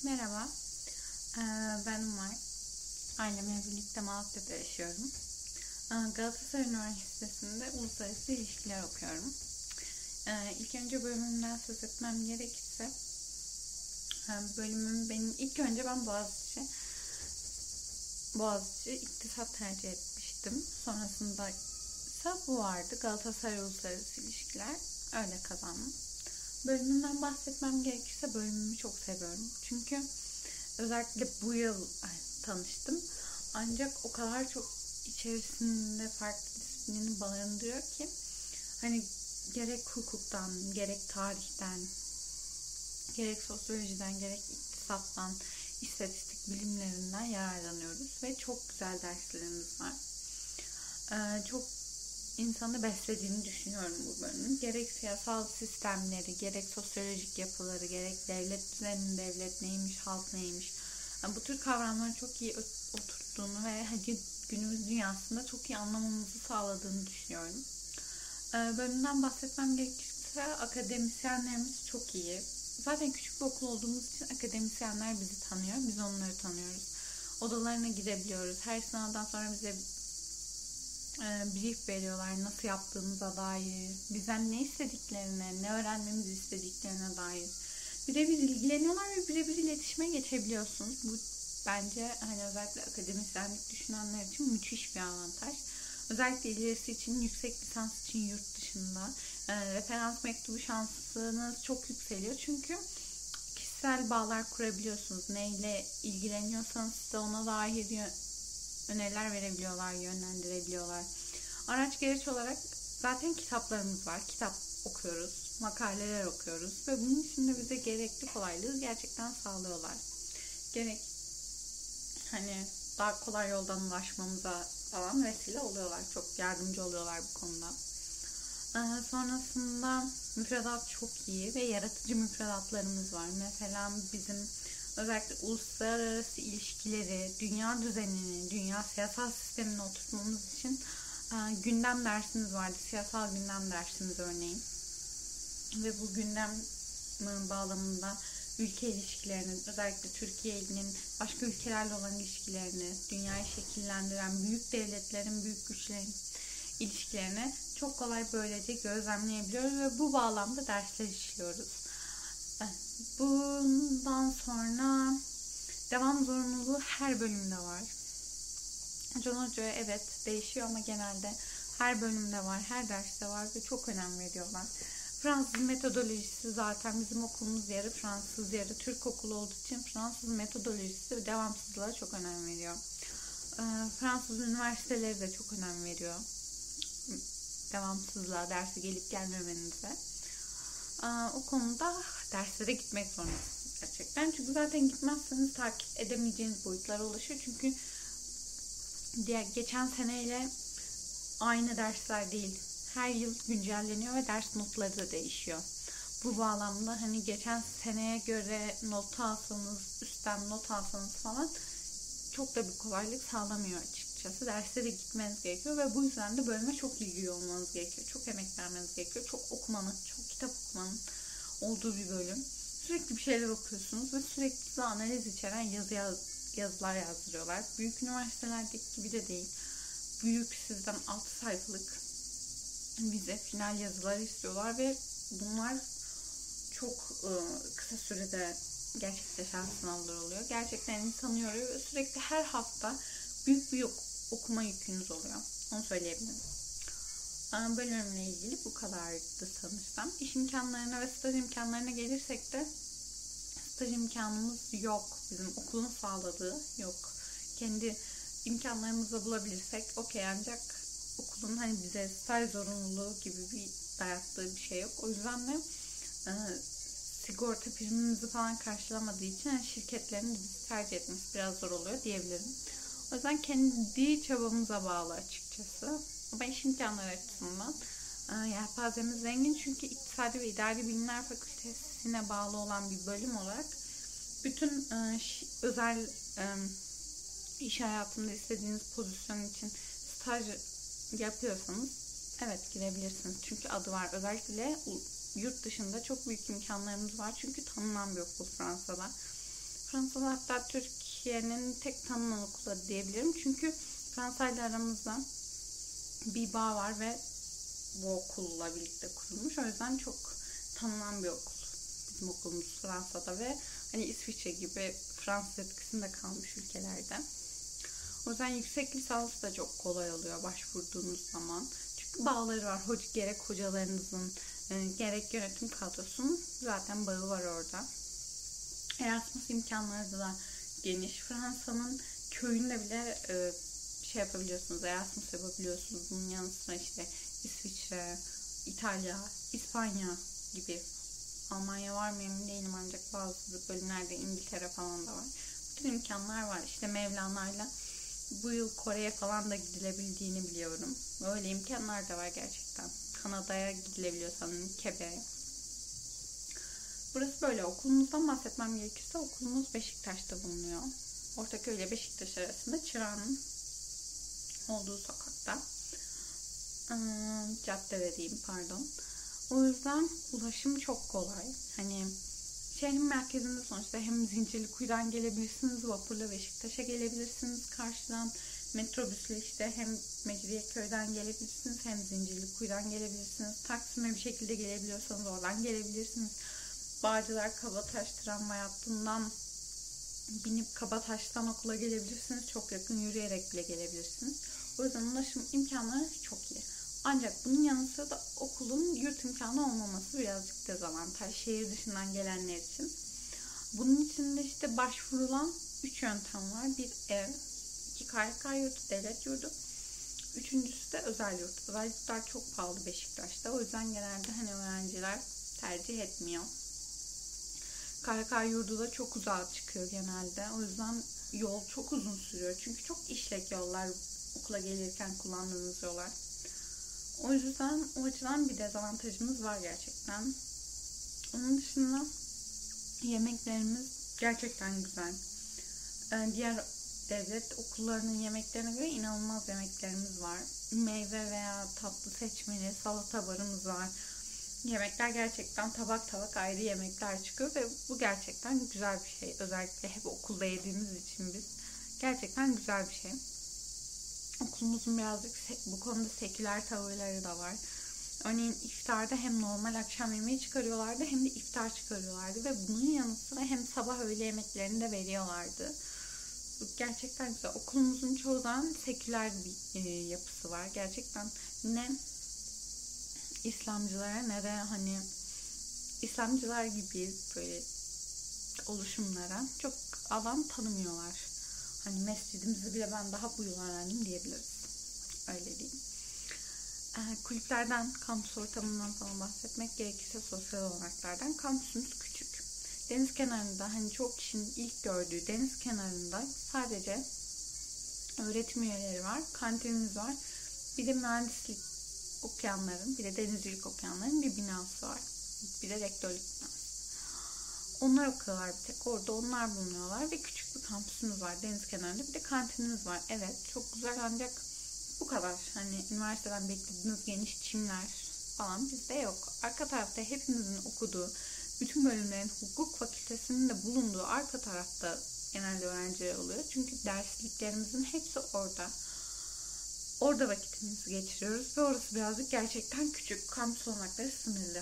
Merhaba, ben Umay. Ailemle birlikte Malatya'da yaşıyorum. Galatasaray Üniversitesi'nde Uluslararası İlişkiler okuyorum. İlk önce bölümümden söz etmem gerekirse, bölümüm benim ilk önce ben Boğaziçi İktisat tercih etmiştim. Sonrasında ise bu vardı, Galatasaray Uluslararası İlişkiler. Öyle kazandım. Bölümümden bahsetmem gerekirse bölümümü çok seviyorum. Çünkü özellikle bu yıl tanıştım. Ancak o kadar çok içerisinde farklı disiplini barındırıyor ki hani gerek hukuktan, gerek tarihten, gerek sosyolojiden, gerek iktisattan, istatistik bilimlerinden yararlanıyoruz ve çok güzel derslerimiz var. Çok insanı beslediğini düşünüyorum bu bölümün. Gerek siyasal sistemleri, gerek sosyolojik yapıları, gerek devlet düzeninin, devlet neymiş, halk neymiş. Yani bu tür kavramları çok iyi oturttuğunu ve günümüz dünyasında çok iyi anlamamızı sağladığını düşünüyorum. Bölümden bahsetmem gerekirse akademisyenlerimiz çok iyi. Zaten küçük bir okul olduğumuz için akademisyenler bizi tanıyor, biz onları tanıyoruz. Odalarına gidebiliyoruz. Her sınavdan sonra bize brief veriyorlar nasıl yaptığımıza dair, bizden ne istediklerine, ne öğrenmemizi istediklerine dair. Birebir ilgileniyorlar ve birebir iletişime geçebiliyorsunuz. Bu bence hani özellikle akademisyenlik düşünenler için müthiş bir avantaj. Özellikle ilerisi için, yüksek lisans için yurt dışında referans mektubu şansınız çok yükseliyor. Çünkü kişisel bağlar kurabiliyorsunuz. Neyle ilgileniyorsanız size ona dair öneriler verebiliyorlar, yönlendirebiliyorlar. Araç gereç olarak zaten kitaplarımız var. Kitap okuyoruz, makaleler okuyoruz ve bunun için de bize gerekli kolaylığı gerçekten sağlıyorlar. Gerek hani daha kolay yoldan ulaşmamıza falan vesile oluyorlar. Çok yardımcı oluyorlar bu konuda. Sonrasında müfredat çok iyi ve yaratıcı müfredatlarımız var. Mesela bizim özellikle uluslararası ilişkileri, dünya düzenini, dünya siyasal sistemini oturtmamız için gündem dersimiz vardı. Siyasal gündem dersimiz örneğin. Ve bu gündem bağlamında ülke ilişkilerinin, özellikle Türkiye'nin başka ülkelerle olan ilişkilerini, dünyayı şekillendiren büyük devletlerin, büyük güçlerin ilişkilerini çok kolay böylece gözlemleyebiliyoruz ve bu bağlamda dersler işliyoruz. Bundan sonra devam zorunluluğu her bölümde var. Can Hoca'ya evet değişiyor ama genelde her bölümde var, her derste var ve çok önem veriyorlar. Fransız metodolojisi zaten bizim okulumuz yarı Fransız yarı Türk okulu olduğu için Fransız metodolojisi ve devamsızlığa çok önem veriyor. Fransız üniversiteleri de çok önem veriyor devamsızlığa, dersi gelip gelmemenize. O konuda derslere gitmek zorundasınız gerçekten. Çünkü zaten gitmezseniz takip edemeyeceğiniz boyutlara ulaşıyor. Çünkü geçen seneyle aynı dersler değil. Her yıl güncelleniyor ve ders notları da değişiyor. Bu bağlamda hani geçen seneye göre not alsanız, üstten not alsanız falan çok da bir kolaylık sağlamıyor açıkçası. Derslere gitmeniz gerekiyor ve bu yüzden de bölüme çok ilgili olmanız gerekiyor. Çok emek vermeniz gerekiyor. Çok okumanın, çok kitap okumanın olduğu bir bölüm. Sürekli bir şeyler okuyorsunuz ve sürekli de analiz içeren yazılar yazdırıyorlar. Büyük üniversitelerdeki gibi de değil. Büyük sizden 6 sayfalık vize, final yazıları istiyorlar ve bunlar çok kısa sürede gerçekleşen sınavlar oluyor. Gerçekten insanı yoruyor ve sürekli her hafta büyük bir okuma yükünüz oluyor. Onu söyleyebilirim. Bölümle ilgili bu kadardı sanırsam. İş imkanlarına ve staj imkanlarına gelirsek de staj imkanımız yok. Bizim okulun sağladığı yok. Kendi imkanlarımızla bulabilirsek okey, ancak okulun hani bize staj zorunluluğu gibi bir dayattığı bir şey yok. O yüzden de sigorta primimizi falan karşılamadığı için yani şirketlerin de bizi tercih etmesi biraz zor oluyor diyebilirim. O yüzden kendi çabamıza bağlı açıkçası. Ama iş imkanları açısından yelpazemiz zengin çünkü İktisadi ve İdari Bilimler Fakültesine bağlı olan bir bölüm olarak bütün özel iş hayatında istediğiniz pozisyon için staj yapıyorsanız evet girebilirsiniz. Çünkü adı var. Özellikle yurt dışında çok büyük imkanlarımız var. Çünkü tanınan bir okul Fransa'da. Fransa'da, hatta Türkiye'nin tek tanınan okulu diyebilirim. Çünkü Fransa ile aramızda bir bağ var ve bu okulla birlikte kurulmuş. O yüzden çok tanınan bir okul. Bizim okulumuz Fransa'da ve hani İsviçre gibi Fransız etkisinde kalmış ülkelerde. O yüzden yüksek lisans da çok kolay oluyor başvurduğunuz zaman. Çünkü bağları var. Gerek hocalarınızın, gerek yönetim kadrosunun zaten bağı var orada. Erasmus imkanları da geniş. Fransa'nın köyünde bile şey yapabiliyorsunuz, Erasmus yapabiliyorsunuz. Bunun yanı sıra işte İsviçre, İtalya, İspanya gibi. Almanya var mı emin değilim, ancak bazı bölümlerde İngiltere falan da var. Bütün imkanlar var. İşte Mevlana'yla bu yıl Kore'ye falan da gidilebildiğini biliyorum. Öyle imkanlar da var gerçekten. Kanada'ya gidilebiliyor sanırım, Quebec'e. Burası böyle. Okulumuzdan bahsetmem gerekirse okulumuz Beşiktaş'ta bulunuyor. Ortaköy ile Beşiktaş arasında, Çırağan'ın olduğu sokakta. Caddede diyeyim, pardon. O yüzden ulaşım çok kolay. Hani şehrin merkezinde sonuçta hem Zincirlikuyu'dan gelebilirsiniz, vapurla Beşiktaş'a gelebilirsiniz. Karşıdan metrobüsle işte hem Mecidiyeköy'den gelebilirsiniz hem Zincirlikuyu'dan gelebilirsiniz. Taksim'e bir şekilde gelebiliyorsanız oradan gelebilirsiniz. Bağcılar Kabataş tramvay hattından binip Kabataş'tan okula gelebilirsiniz. Çok yakın, yürüyerek bile gelebilirsiniz. O yüzden ulaşım imkanları çok iyi. Ancak bunun yanı sıra da okulun yurt imkanı olmaması birazcık dezavantaj şehir dışından gelenler için. Bunun için de işte başvurulan 3 yöntem var. Bir ev, 2 KYK yurdu, devlet yurdu. Üçüncüsü de özel yurt. Özel yurtlar çok pahalı Beşiktaş'ta. O yüzden genelde hani öğrenciler tercih etmiyor. KYK yurdu da çok uzağa çıkıyor genelde. O yüzden yol çok uzun sürüyor. Çünkü çok işlek yollar, okula gelirken kullandığınız yollar. O yüzden o açıdan bir dezavantajımız var gerçekten. Onun dışında yemeklerimiz gerçekten güzel. Diğer devlet okullarının yemeklerine göre inanılmaz yemeklerimiz var. Meyve veya tatlı seçmeli, salata barımız var. Yemekler gerçekten tabak tabak ayrı yemekler çıkıyor ve bu gerçekten güzel bir şey. Özellikle hep okulda yediğimiz için biz. Gerçekten güzel bir şey. Okulumuzun birazcık bu konuda seküler tavırları da var. Örneğin iftarda hem normal akşam yemeği çıkarıyorlardı hem de iftar çıkarıyorlardı ve bunun yanı sıra hem sabah öğle yemeklerini de veriyorlardı. Bu gerçekten güzel. Okulumuzun çoğu zaman seküler bir yapısı var. Gerçekten ne İslamcılara ne de hani İslamcılar gibi böyle oluşumlara çok alan tanımıyorlar. Hani mescidimizi bile ben daha bu yıl öğrendim diyebiliriz. Öyle diyeyim. Kulüplerden, kampüs ortamından falan bahsetmek gerekirse sosyal olanaklardan. Kampüsümüz küçük. Deniz kenarında, hani çok kişinin ilk gördüğü deniz kenarında sadece öğretim üyeleri var, kantinimiz var. Bir de mühendislik okuyanların, bir de denizcilik okuyanların bir binası var. Bir de rektörlük binası. Onlar okuyorlar bir tek. Orada onlar bulunuyorlar ve küçük bir kampüsümüz var deniz kenarında. Bir de kantinimiz var. Evet, çok güzel, ancak bu kadar. Hani üniversiteden beklediğiniz geniş çimler falan bizde yok. Arka tarafta hepimizin okuduğu, bütün bölümlerin hukuk fakültesinin de bulunduğu arka tarafta genelde öğrenciler oluyor. Çünkü dersliklerimizin hepsi orada. Orada vakitimizi geçiriyoruz ve orası birazcık gerçekten küçük. Kampüs olanakları sınırlı.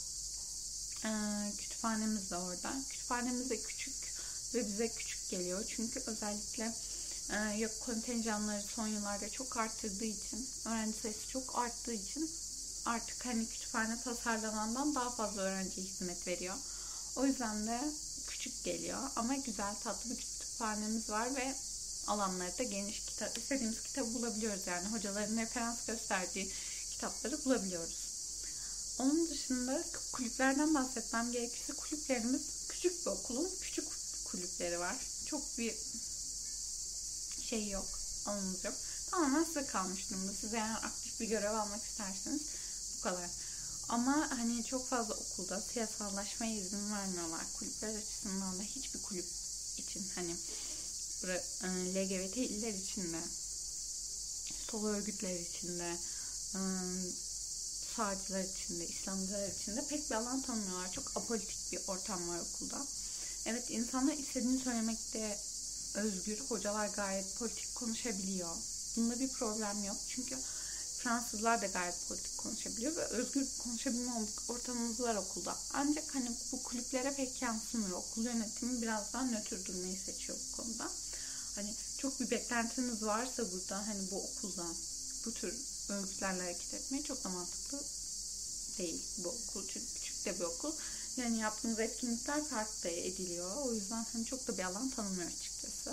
Kütüphanemiz de orada. Kütüphanemiz de küçük ve bize küçük geliyor. Çünkü özellikle yok kontenjanları son yıllarda çok arttırdığı için, öğrenci sayısı çok arttığı için artık hani kütüphane tasarlanandan daha fazla öğrenciye hizmet veriyor. O yüzden de küçük geliyor. Ama güzel, tatlı bir kütüphanemiz var ve alanları da geniş. İstediğimiz kitabı bulabiliyoruz yani. Hocaların referans gösterdiği kitapları bulabiliyoruz. Onun dışında kulüplerden bahsetmem gerekirse kulüplerimiz küçük bir okulun küçük kulüpleri var. Çok bir şey yok, alanımız yok. Tamamen size kalmış durumda. Siz eğer aktif bir görev almak isterseniz bu kadar. Ama hani çok fazla okulda siyasallaşmaya izin vermiyorlar. Kulüpler açısından da hiçbir kulüp için hani LGBT'liler için de, sol örgütler için de, sağcılar için de, İslamcılar için de pek bir alan tanımıyorlar. Çok apolitik bir ortam var okulda. Evet, insanlar istediğini söylemekte özgür. Hocalar gayet politik konuşabiliyor. Bunda bir problem yok. Çünkü Fransızlar da gayet politik konuşabiliyor ve özgür konuşabilme ortamımız var okulda. Ancak hani bu kulüplere pek yansımıyor. Okul yönetimi biraz daha nötr durmayı seçiyor bu konuda. Hani çok bir beklentiniz varsa burada hani bu okuldan bu tür örgütlerle hareket etmeyi çok da mantıklı değil bu okul. Çünkü küçük de bir okul. Yani yaptığınız etkinlikler farklı ediliyor. O yüzden hani çok da bir alan tanımıyor açıkçası.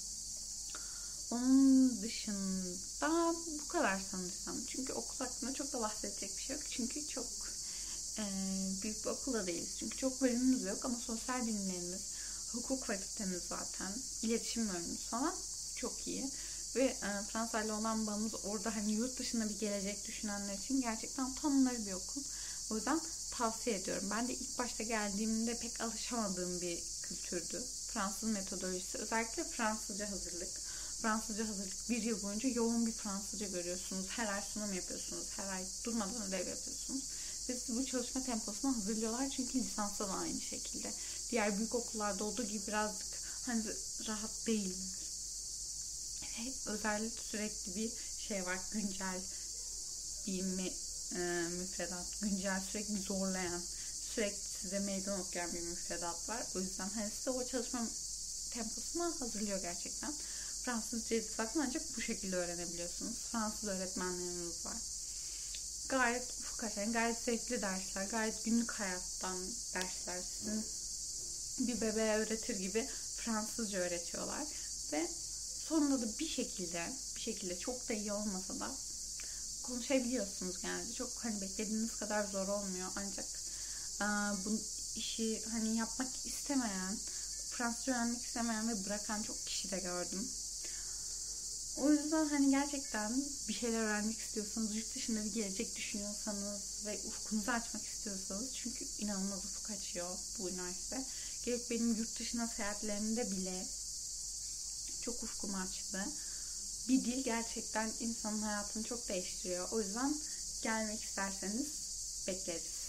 Onun dışında bu kadar sanırsam. Çünkü okul hakkında çok da bahsedecek bir şey yok. Çünkü çok büyük bir okulda değiliz. Çünkü çok bölümümüz yok ama sosyal bilimlerimiz, hukuk fakültemiz zaten, iletişim bölümümüz falan çok iyi. Ve Fransa ile olan bağımız orada hani yurt dışında bir gelecek düşünenler için gerçekten tam bir okul. O yüzden tavsiye ediyorum. Ben de ilk başta geldiğimde pek alışamadığım bir kültürdü. Fransız metodolojisi, özellikle Fransızca hazırlık. Fransızca hazırlık bir yıl boyunca yoğun bir Fransızca görüyorsunuz. Her ay sunum yapıyorsunuz. Her ay durmadan ödev yapıyorsunuz. Ve sizi bu çalışma temposuna hazırlıyorlar. Çünkü lisansta da aynı şekilde. Diğer büyük okullarda olduğu gibi birazcık hani rahat değiller. Ve özellikle sürekli bir şey var. Güncel bir müfredat. Güncel, sürekli zorlayan, sürekli size meydan okuyan bir müfredat var. O yüzden hani size o çalışma temposuna hazırlıyor gerçekten. Fransızcayı zaten ancak bu şekilde öğrenebiliyorsunuz. Fransız öğretmenlerimiz var. Gayet ufuk açan, gayet zevkli dersler, gayet günlük hayattan dersler. Sizin bir bebeğe öğretir gibi Fransızca öğretiyorlar. Ve sonunda da bir şekilde çok da iyi olmasa da konuşabiliyorsunuz genelde. Çok hani beklediğiniz kadar zor olmuyor. Ancak bu işi hani yapmak istemeyen, Fransızca öğrenmek istemeyen ve bırakan çok kişi de gördüm. O yüzden hani gerçekten bir şeyler öğrenmek istiyorsanız, yurt dışında bir gelecek düşünüyorsanız ve ufkunuzu açmak istiyorsanız, çünkü inanılmaz ufuk açıyor bu üniversite. Gerek benim yurt dışına seyahatlerimde bile çok ufkumu açtı. Bir dil gerçekten insanın hayatını çok değiştiriyor. O yüzden gelmek isterseniz bekleriz.